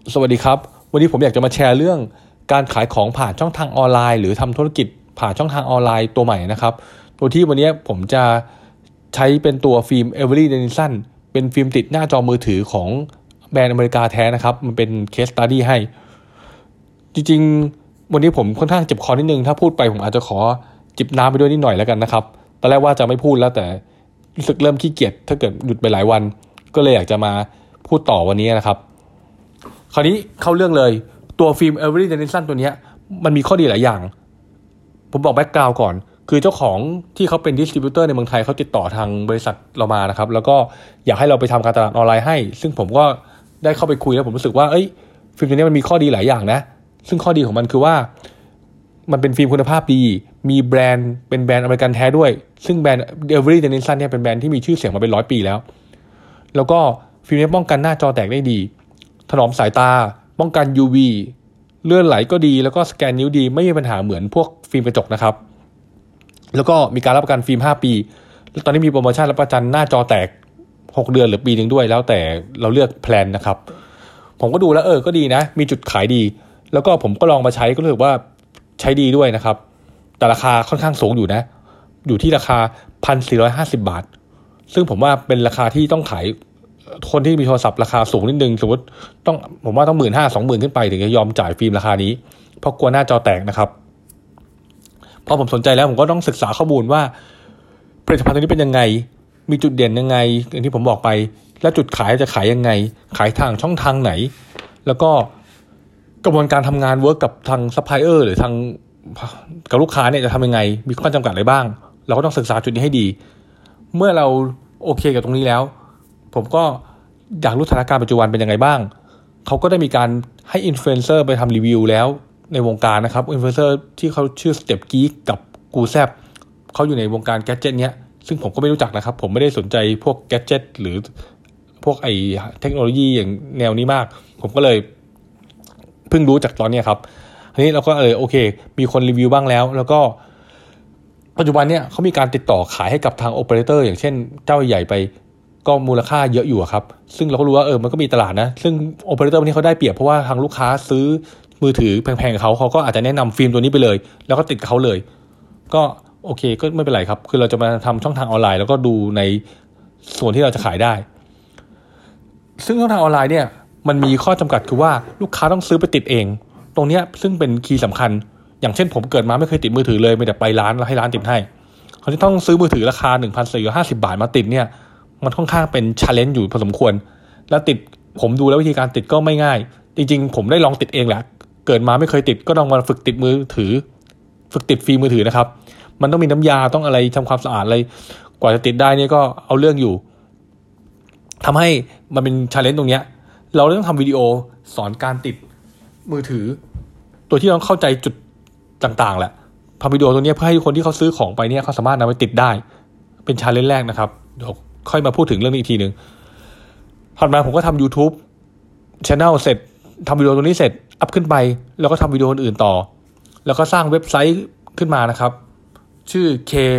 สวัสดีครับวันนี้ผมอยากจะมาแชร์เรื่องการขายของผ่านช่องทางออนไลน์หรือทำธุรกิจผ่านช่องทางออนไลน์ตัวใหม่นะครับตัวที่วันนี้ผมจะใช้เป็นตัวฟิล์ม Avery Dennison เป็นฟิล์มติดหน้าจอมือถือของแบรนด์อเมริกาแท้นะครับมันเป็น case study ให้จริงๆวันนี้ผมค่อนข้างเจ็บคอนิดนึงถ้าพูดไปผมอาจจะขอจิบน้ำไปด้วยนิดหน่อยแล้วกันนะครับตอนแรกว่าจะไม่พูดแล้วแต่รู้สึกเริ่มขี้เกียจถ้าเกิดหยุดไปหลายวันก็เลยอยากจะมาพูดต่อวันนี้นะครับคราวนี้เข้าเรื่องเลยตัวฟิล์ม Avery Dennison ตัวนี้มันมีข้อดีหลายอย่างผมบอกแบ็กกราวด์ก่อนคือเจ้าของที่เขาเป็นดิสทริบิวเตอร์ในเมืองไทยเขาติดต่อทางบริษัทเรามานะครับแล้วก็อยากให้เราไปทำการตลาดออนไลน์ให้ซึ่งผมก็ได้เข้าไปคุยแล้วผมรู้สึกว่าฟิล์มตัวนี้มันมีข้อดีหลายอย่างนะซึ่งข้อดีของมันคือว่ามันเป็นฟิล์มคุณภาพดีมีแบรนด์เป็นแบรนด์อเมริกันแท้ด้วยซึ่งแบรนด์ Avery Dennison เนี่ยเป็นแบรนด์ที่มีชื่อเสียงมาเป็น100 ปีแล้วก็ฟิล์มนี้ป้องกันหน้าจอแตกได้ดีถนอมสายตาป้องกัน UV เลื่อนไหลก็ดีแล้วก็สแกนนิ้วดีไม่มีปัญหาเหมือนพวกฟิล์มกระจกนะครับแล้วก็มีการรับประกันฟิล์ม5 ปีแล้วตอนนี้มีโปรโมชั่นรับประกันหน้าจอแตก6 เดือนหรือปีนึงด้วยแล้วแต่เราเลือกแพลนนะครับผมก็ดูแล้วก็ดีนะมีจุดขายดีแล้วก็ผมก็ลองมาใช้ก็รู้สึกว่าใช้ดีด้วยนะครับแต่ราคาค่อนข้างสูงอยู่นะอยู่ที่ราคา 1,450 บาทซึ่งผมว่าเป็นราคาที่ต้องขายคนที่มีโทรศัพท์ราคาสูงนิดนึงสมมติผมว่าต้อง 15,000-20,000 ขึ้นไปถึงจะยอมจ่ายฟิล์มราคานี้เพราะกลัวหน้าจอแตกนะครับพอผมสนใจแล้วผมก็ต้องศึกษาข้อมูลว่าผลิตภัณฑ์ตัวนี้เป็นยังไงมีจุดเด่นยังไงอย่างที่ผมบอกไปและจุดขายจะขายยังไงขายทางช่องทางไหนแล้วก็กระบวนการทำงานเวิร์กกับทางซัพพลายเออร์หรือทางกับลูกค้าเนี่ยจะทำยังไงมีข้อจำกัดอะไรบ้างเราก็ต้องศึกษาจุดนี้ให้ดีเมื่อเราโอเคกับตรงนี้แล้วผมก็อยากรู้สถานการณ์ปัจจุบันเป็นยังไงบ้างเขาก็ได้มีการให้อินฟลูเอนเซอร์ไปทำรีวิวแล้วในวงการนะครับอินฟลูเอนเซอร์ที่เขาชื่อ Step Geek กับกูแซบเขาอยู่ในวงการแกดเจ็ตเนี้ยซึ่งผมก็ไม่รู้จักนะครับผมไม่ได้สนใจพวกแกดเจ็ตหรือพวกเทคโนโลยีอย่างแนวนี้มากผมก็เลยเพิ่งรู้จากตอนนี้ครับทีนี้เราก็โอเคมีคนรีวิวบ้างแล้วก็ปัจจุบันเนี่ยเขามีการติดต่อขายให้กับทางโอเปอเรเตอร์อย่างเช่นเจ้าใหญ่ไปก็มูลค่าเยอะอยู่ครับซึ่งเราก็รู้ว่ามันก็มีตลาดนะซึ่งโอเปอเรเตอร์วันนี้เขาได้เปรียบเพราะว่าทางลูกค้าซื้อมือถือแพงๆกับเขาก็อาจจะแนะนำฟิล์มตัวนี้ไปเลยแล้วก็ติดกับเขาเลยก็โอเคก็ไม่เป็นไรครับคือเราจะมาทำช่องทางออนไลน์แล้วก็ดูในส่วนที่เราจะขายได้ซึ่งช่องทางออนไลน์เนี่ยมันมีข้อจำกัดคือว่าลูกค้าต้องซื้อไปติดเองตรงเนี้ยซึ่งเป็นคีย์สำคัญอย่างเช่นผมเกิดมาไม่เคยติดมือถือเลยมีแต่ไปร้านแล้วให้ร้านติดให้เขาจะต้องซื้อมือถือราคา 1,450 บาทมาติดเนี่ยมันค่อนข้างเป็น challenge อยู่พอสมควรแล้วติดผมดูแล้ววิธีการติดก็ไม่ง่ายจริงๆผมได้ลองติดเองแหละเกิดมาไม่เคยติดก็ต้องมาฝึกติดมือถือฝึกติดฟิล์มมือถือนะครับมันต้องมีน้ำยาต้องอะไรทำความสะอาดอะไรกว่าจะติดได้นี่ก็เอาเรื่องอยู่ทำให้มันเป็น challenge ตรงเนี้ยเราต้องทำวิดีโอสอนการติดมือถือตัวที่ต้องเข้าใจจุดต่างๆแหละทำวิดีโอตัวนี้เพื่อให้คนที่เขาซื้อของไปเนี่ยเขาสามารถนำไปติดได้เป็น challenge แรกนะครับเดี๋ยวค่อยมาพูดถึงเรื่องนี้อีกทีนึงถัดมาผมก็ทำ YouTube Channel เสร็จทำวิดีโอตัวนี้เสร็จอัพขึ้นไปแล้วก็ทำวิดีโออื่นต่อแล้วก็สร้างเว็บไซต์ขึ้นมานะครับชื่อ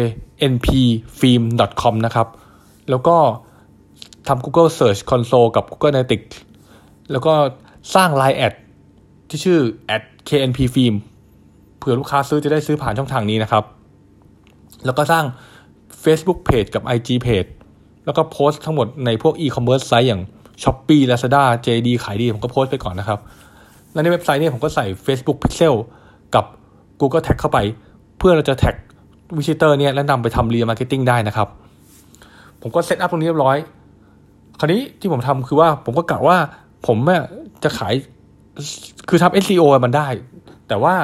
knpfilm.com นะครับแล้วก็ทำ Google Search Console กับ Google Analytics แล้วก็สร้าง Line Ad ที่ชื่อ @knpfilm เผื่อลูกค้าซื้อจะได้ซื้อผ่านช่องทางนี้นะครับแล้วก็สร้าง Facebook Page กับ IG Page แล้วก็โพสต์ทั้งหมดในพวก e-commerce ไซต์อย่าง Shopee Lazada JD ขายดีผมก็โพสต์ไปก่อนนะครับแล้วในเว็บไซต์เนี่ยผมก็ใส่ Facebook Pixel กับ Google Tag เข้าไปเพื่อเราจะแท็กวิสิเตอร์เนี่ยและนำไปทำ Remarketing ได้นะครับผมก็เซตอัพตรงนี้เรียบร้อยคราวนี้ที่ผมทำคือว่าผมก็กะว่าผมจะขายคือทำ SEO มันได้แต่ว่า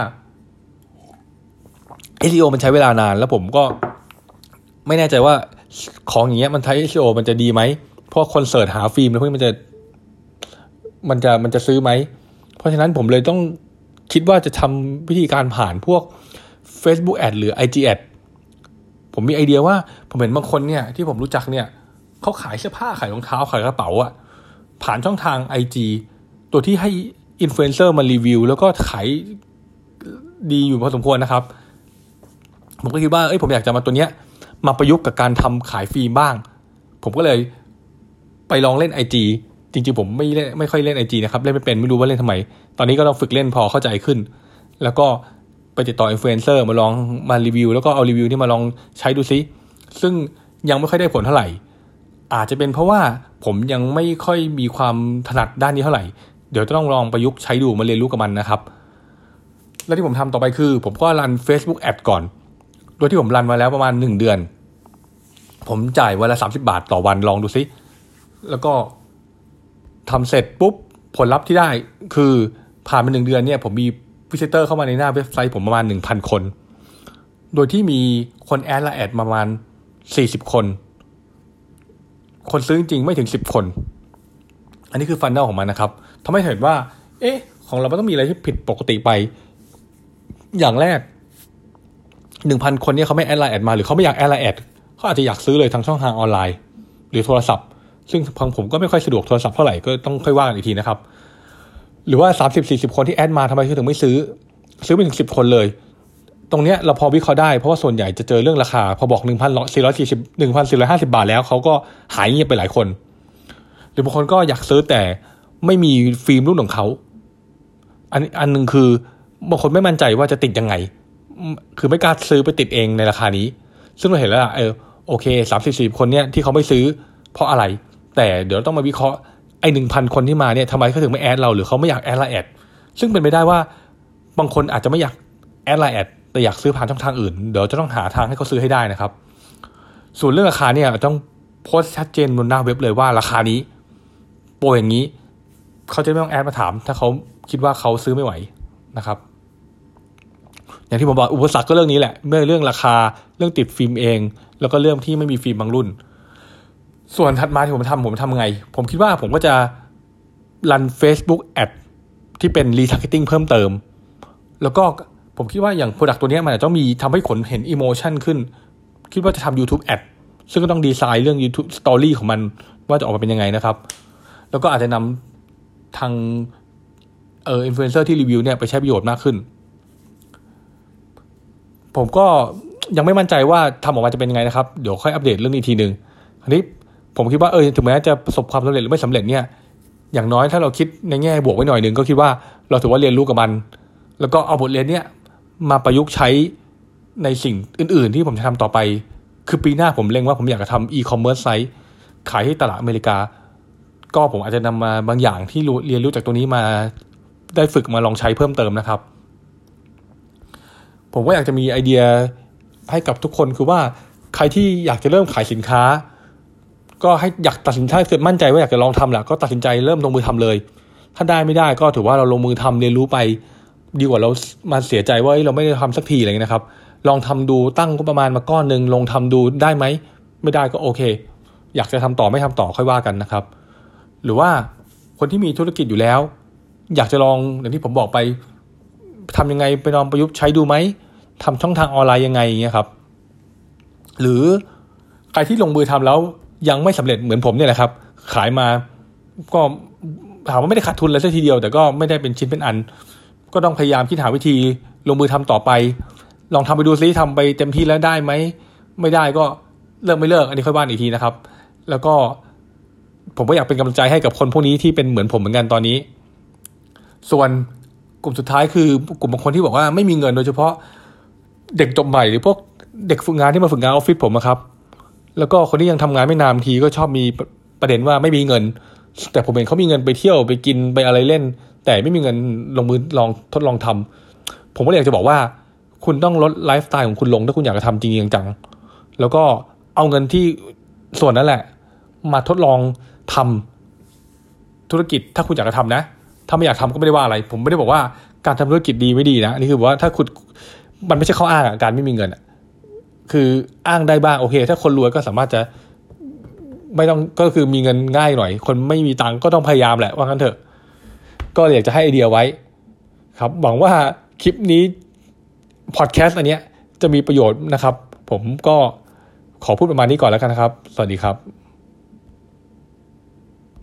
SEO มันใช้เวลานานแล้วผมก็ไม่แน่ใจว่าของอย่างเงี้ยมันใช้ SEO มันจะดีไหมเพราะคนเสิร์ชหาฟิล์มแล้วพวกนี้มันจะซื้อไหมเพราะฉะนั้นผมเลยต้องคิดว่าจะทำวิธีการผ่านพวก Facebook Ad หรือ IG Ad ผมมีไอเดียว่าผมเห็นบางคนเนี่ยที่ผมรู้จักเนี่ยเขาขายเสื้อผ้าขายรองเท้าขายกระเป๋าผ่านช่องทาง IG ตัวที่ให้อินฟลูเอนเซอร์มารีวิวแล้วก็ขายดีอยู่พอสมควรนะครับผมก็คิดว่าผมอยากจะมาตัวเนี้ยมาประยุกต์กับการทำขายฟิล์มบ้างผมก็เลยไปลองเล่น IG จริงๆผมไม่ค่อยเล่น IG นะครับเล่นไม่เป็นไม่รู้ว่าเล่นทำไมตอนนี้ก็ต้องฝึกเล่นพอเข้าใจขึ้นแล้วก็ไปติดต่ออินฟลูเอนเซอร์มาลองมารีวิวแล้วก็เอารีวิวที่มาลองใช้ดูซิซึ่งยังไม่ค่อยได้ผลเท่าไหร่อาจจะเป็นเพราะว่าผมยังไม่ค่อยมีความถนัดด้านนี้เท่าไหร่เดี๋ยวจะต้องลองประยุกต์ใช้ดูมาเรียนรู้กับมันนะครับแล้วที่ผมทำต่อไปคือผมก็รัน Facebook Ad ก่อนโดยที่ผมรันมาแล้วประมาณ1เดือนผมจ่ายวันละ30 บาทต่อวันลองดูซิแล้วก็ทำเสร็จปุ๊บผลลัพธ์ที่ได้คือผ่านไป1เดือนเนี่ยผมมีวิสิเตอร์เข้ามาในหน้าเว็บไซต์ผมประมาณ 1,000 คนโดยที่มีคนแอดและแอดประมาณ40 คนคนซื้อจริงๆไม่ถึง10 คนอันนี้คือฟันเนลของมันนะครับทำให้เห็นว่าของเราไม่ต้องมีอะไรที่ผิดปกติไปอย่างแรก 1,000 คนเนี่ยเขาไม่แอดไลน์แอดมาหรือเขาไม่อยากแอดไลน์แอดเขาอาจจะอยากซื้อเลยทางช่องทางออนไลน์หรือโทรศัพท์ซึ่งผมก็ไม่ค่อยสะดวกโทรศัพท์เท่าไหร่ก็ต้องค่อยว่ากันอีกทีนะครับหรือว่า 30-40 คนที่แอดมาทำไมถึงไม่ซื้อไปถึง10 คนเลยตรงเนี้ยเราพอวิเคราะห์ได้เพราะว่าส่วนใหญ่จะเจอเรื่องราคาพอบอก 1,450 บาทแล้วเขาก็หายเงียบไปหลายคนหรือบางคนก็อยากซื้อแต่ไม่มีฟิล์มรุ่นของเขาอันนึงคือบางคนไม่มั่นใจว่าจะติดยังไงคือไม่กล้าซื้อไปติดเองในราคานี้ซึ่งเราเห็นแล้วโอเค 30-40 คนเนี่ยที่เขาไม่ซื้อเพราะอะไรแต่เดี๋ยวต้องมาวิเคราะห์ไอ้ 1,000 คนที่มาเนี่ยทำไมเขาถึงไม่แอดเราหรือเขาไม่อยากแอดไลน์แอดซึ่งเป็นไปได้ว่าบางคนอาจจะไม่อยากแอดไลน์แอดแต่อยากซื้อผ่านช่องทางอื่นเดี๋ยวจะต้องหาทางให้เขาซื้อให้ได้นะครับส่วนเรื่องราคาเนี่ยต้องโพสต์ชัดเจนบนหน้าเว็บเลยว่าราคานี้โปรอย่างนี้เขาจะไม่ต้องแอดมาถามถ้าเขาคิดว่าเขาซื้อไม่ไหวนะครับอย่างที่ผมบอกอุปสรรคก็เรื่องนี้แหละเมื่อเรื่องราคาเรื่องติดฟิล์มเองแล้วก็เรื่องที่ไม่มีฟิล์มบางรุ่นส่วนถัดมาที่ผมทำไงผมคิดว่าผมก็จะรัน Facebook Ad ที่เป็น Retargeting เพิ่มเติมแล้วก็ผมคิดว่าอย่าง Product ตัวนี้มันจะต้องมีทำให้คนเห็น Emotion ขึ้นคิดว่าจะทำ YouTube Ad ซึ่งก็ต้องดีไซน์เรื่อง YouTube Story ของมันว่าจะออกมาเป็นยังไงนะครับแล้วก็อาจจะนำทางอินฟลูเอนเซอร์ที่รีวิวเนี่ยไปใช้ประโยชน์มากขึ้นผมก็ยังไม่มั่นใจว่าทำออกมาจะเป็นยังไงนะครับเดี๋ยวค่อยอัปเดตเรื่องนี้ทีนึงอันนี้ผมคิดว่าถึงแม้จะประสบความสำเร็จหรือไม่สำเร็จเนี่ยอย่างน้อยถ้าเราคิดในแง่บวกไว้หน่อยนึงก็คิดว่าเราถือว่าเรียนรู้กับมันแล้วก็เอาบทเรียนเนี้ยมาประยุกต์ใช้ในสิ่งอื่นๆที่ผมจะทำต่อไปคือปีหน้าผมเล็งว่าผมอยากจะทำ e-commerce ไซต์ขายให้ตลาดอเมริกาก็ผมอาจจะนำมาบางอย่างที่เรียนรู้จากตรงนี้มาได้ฝึกมาลองใช้เพิ่มเติมนะครับผมก็อยากจะมีไอเดียให้กับทุกคนคือว่าใครที่อยากจะเริ่มขายสินค้าก็ให้อยากตัดสินใจเกิดมั่นใจว่าอยากจะลองทำแหละก็ตัดสินใจเริ่มลงมือทำเลยถ้าได้ไม่ได้ก็ถือว่าเราลงมือทำเรียนรู้ไปดีกว่าเรามาเสียใจว่าเราไม่ได้ทำสักทีอะไรเงี้ยนะครับลองทำดูตั้งก็ประมาณมาก้อนนึงลองทำดูได้ไหมไม่ได้ก็โอเคอยากจะทำต่อไม่ทำต่อค่อยว่ากันนะครับหรือว่าคนที่มีธุรกิจอยู่แล้วอยากจะลองอย่างที่ผมบอกไปทำยังไงไปลองประยุกต์ใช้ดูไหมทำช่องทางออนไลน์ยังไงอย่างเงี้ยครับหรือใครที่ลงมือทำแล้วยังไม่สำเร็จเหมือนผมเนี่ยแหละครับขายมาก็ถามว่าไม่ได้ขาดทุนเลยสักทีเดียวแต่ก็ไม่ได้เป็นชิ้นเป็นอันก็ต้องพยายามคิดหาวิธีลงมือทำต่อไปลองทำไปดูซิทำไปเต็มที่แล้วได้ไหมไม่ได้ก็เลิกไม่เลิกอันนี้ค่อยว่าอีกทีนะครับแล้วก็ผมก็อยากเป็นกำลังใจให้กับคนพวกนี้ที่เป็นเหมือนผมเหมือนกันตอนนี้ส่วนกลุ่มสุดท้ายคือกลุ่มบางคนที่บอกว่าไม่มีเงินโดยเฉพาะเด็กจบใหม่หรือพวกเด็กฝึกงานที่มาฝึกงานออฟฟิศผมครับแล้วก็คนที่ยังทำงานไม่นานทีก็ชอบมีประเด็นว่าไม่มีเงินแต่ผมเห็นเขามีเงินไปเที่ยวไปกินไปอะไรเล่นแต่ไม่มีเงินลงมือลองทดลองทำผมก็เลยอยากจะบอกว่าคุณต้องลดไลฟ์สไตล์ของคุณลงถ้าคุณอยากจะทำจริงๆจังแล้วก็เอาเงินที่ส่วนนั้นแหละมาทดลองทำธุรกิจถ้าคุณอยากจะทำนะถ้าไม่อยากทำก็ไม่ได้ว่าอะไรผมไม่ได้บอกว่าการทำธุรกิจดีไม่ดีนะนี่คือว่าถ้าคุณมันไม่ใช่ข้ออ้างการไม่มีเงินคืออ้างได้บ้างโอเคถ้าคนรวยก็สามารถจะไม่ต้องก็คือมีเงินง่ายหน่อยคนไม่มีตังค์ก็ต้องพยายามแหละว่างั้นเถอะก็อยากจะให้ไอเดียไว้ครับหวังว่าคลิปนี้พอดแคสต์อันเนี้ยจะมีประโยชน์นะครับผมก็ขอพูดประมาณนี้ก่อนแล้วกันนะครับสวัสดีครับ